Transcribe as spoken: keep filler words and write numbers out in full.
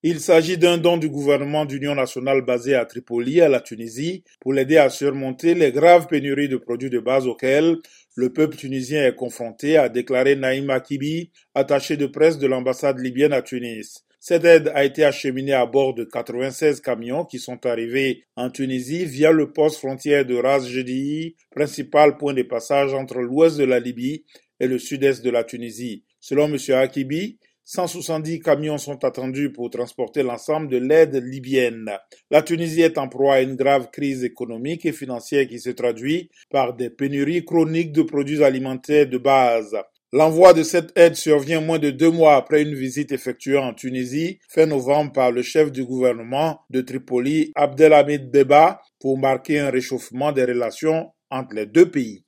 Il s'agit d'un don du gouvernement d'union nationale basé à Tripoli, à la Tunisie, pour l'aider à surmonter les graves pénuries de produits de base auxquelles le peuple tunisien est confronté, a déclaré Naïm Akibi, attaché de presse de l'ambassade libyenne à Tunis. Cette aide a été acheminée à bord de quatre-vingt-seize camions qui sont arrivés en Tunisie via le poste frontière de Ras Jdi, principal point de passage entre l'ouest de la Libye et le sud-est de la Tunisie. Selon M. Akibi, cent soixante-dix camions sont attendus pour transporter l'ensemble de l'aide libyenne. La Tunisie est en proie à une grave crise économique et financière qui se traduit par des pénuries chroniques de produits alimentaires de base. L'envoi de cette aide survient moins de deux mois après une visite effectuée en Tunisie, fin novembre, par le chef du gouvernement de Tripoli, Abdelhamid Deba, pour marquer un réchauffement des relations entre les deux pays.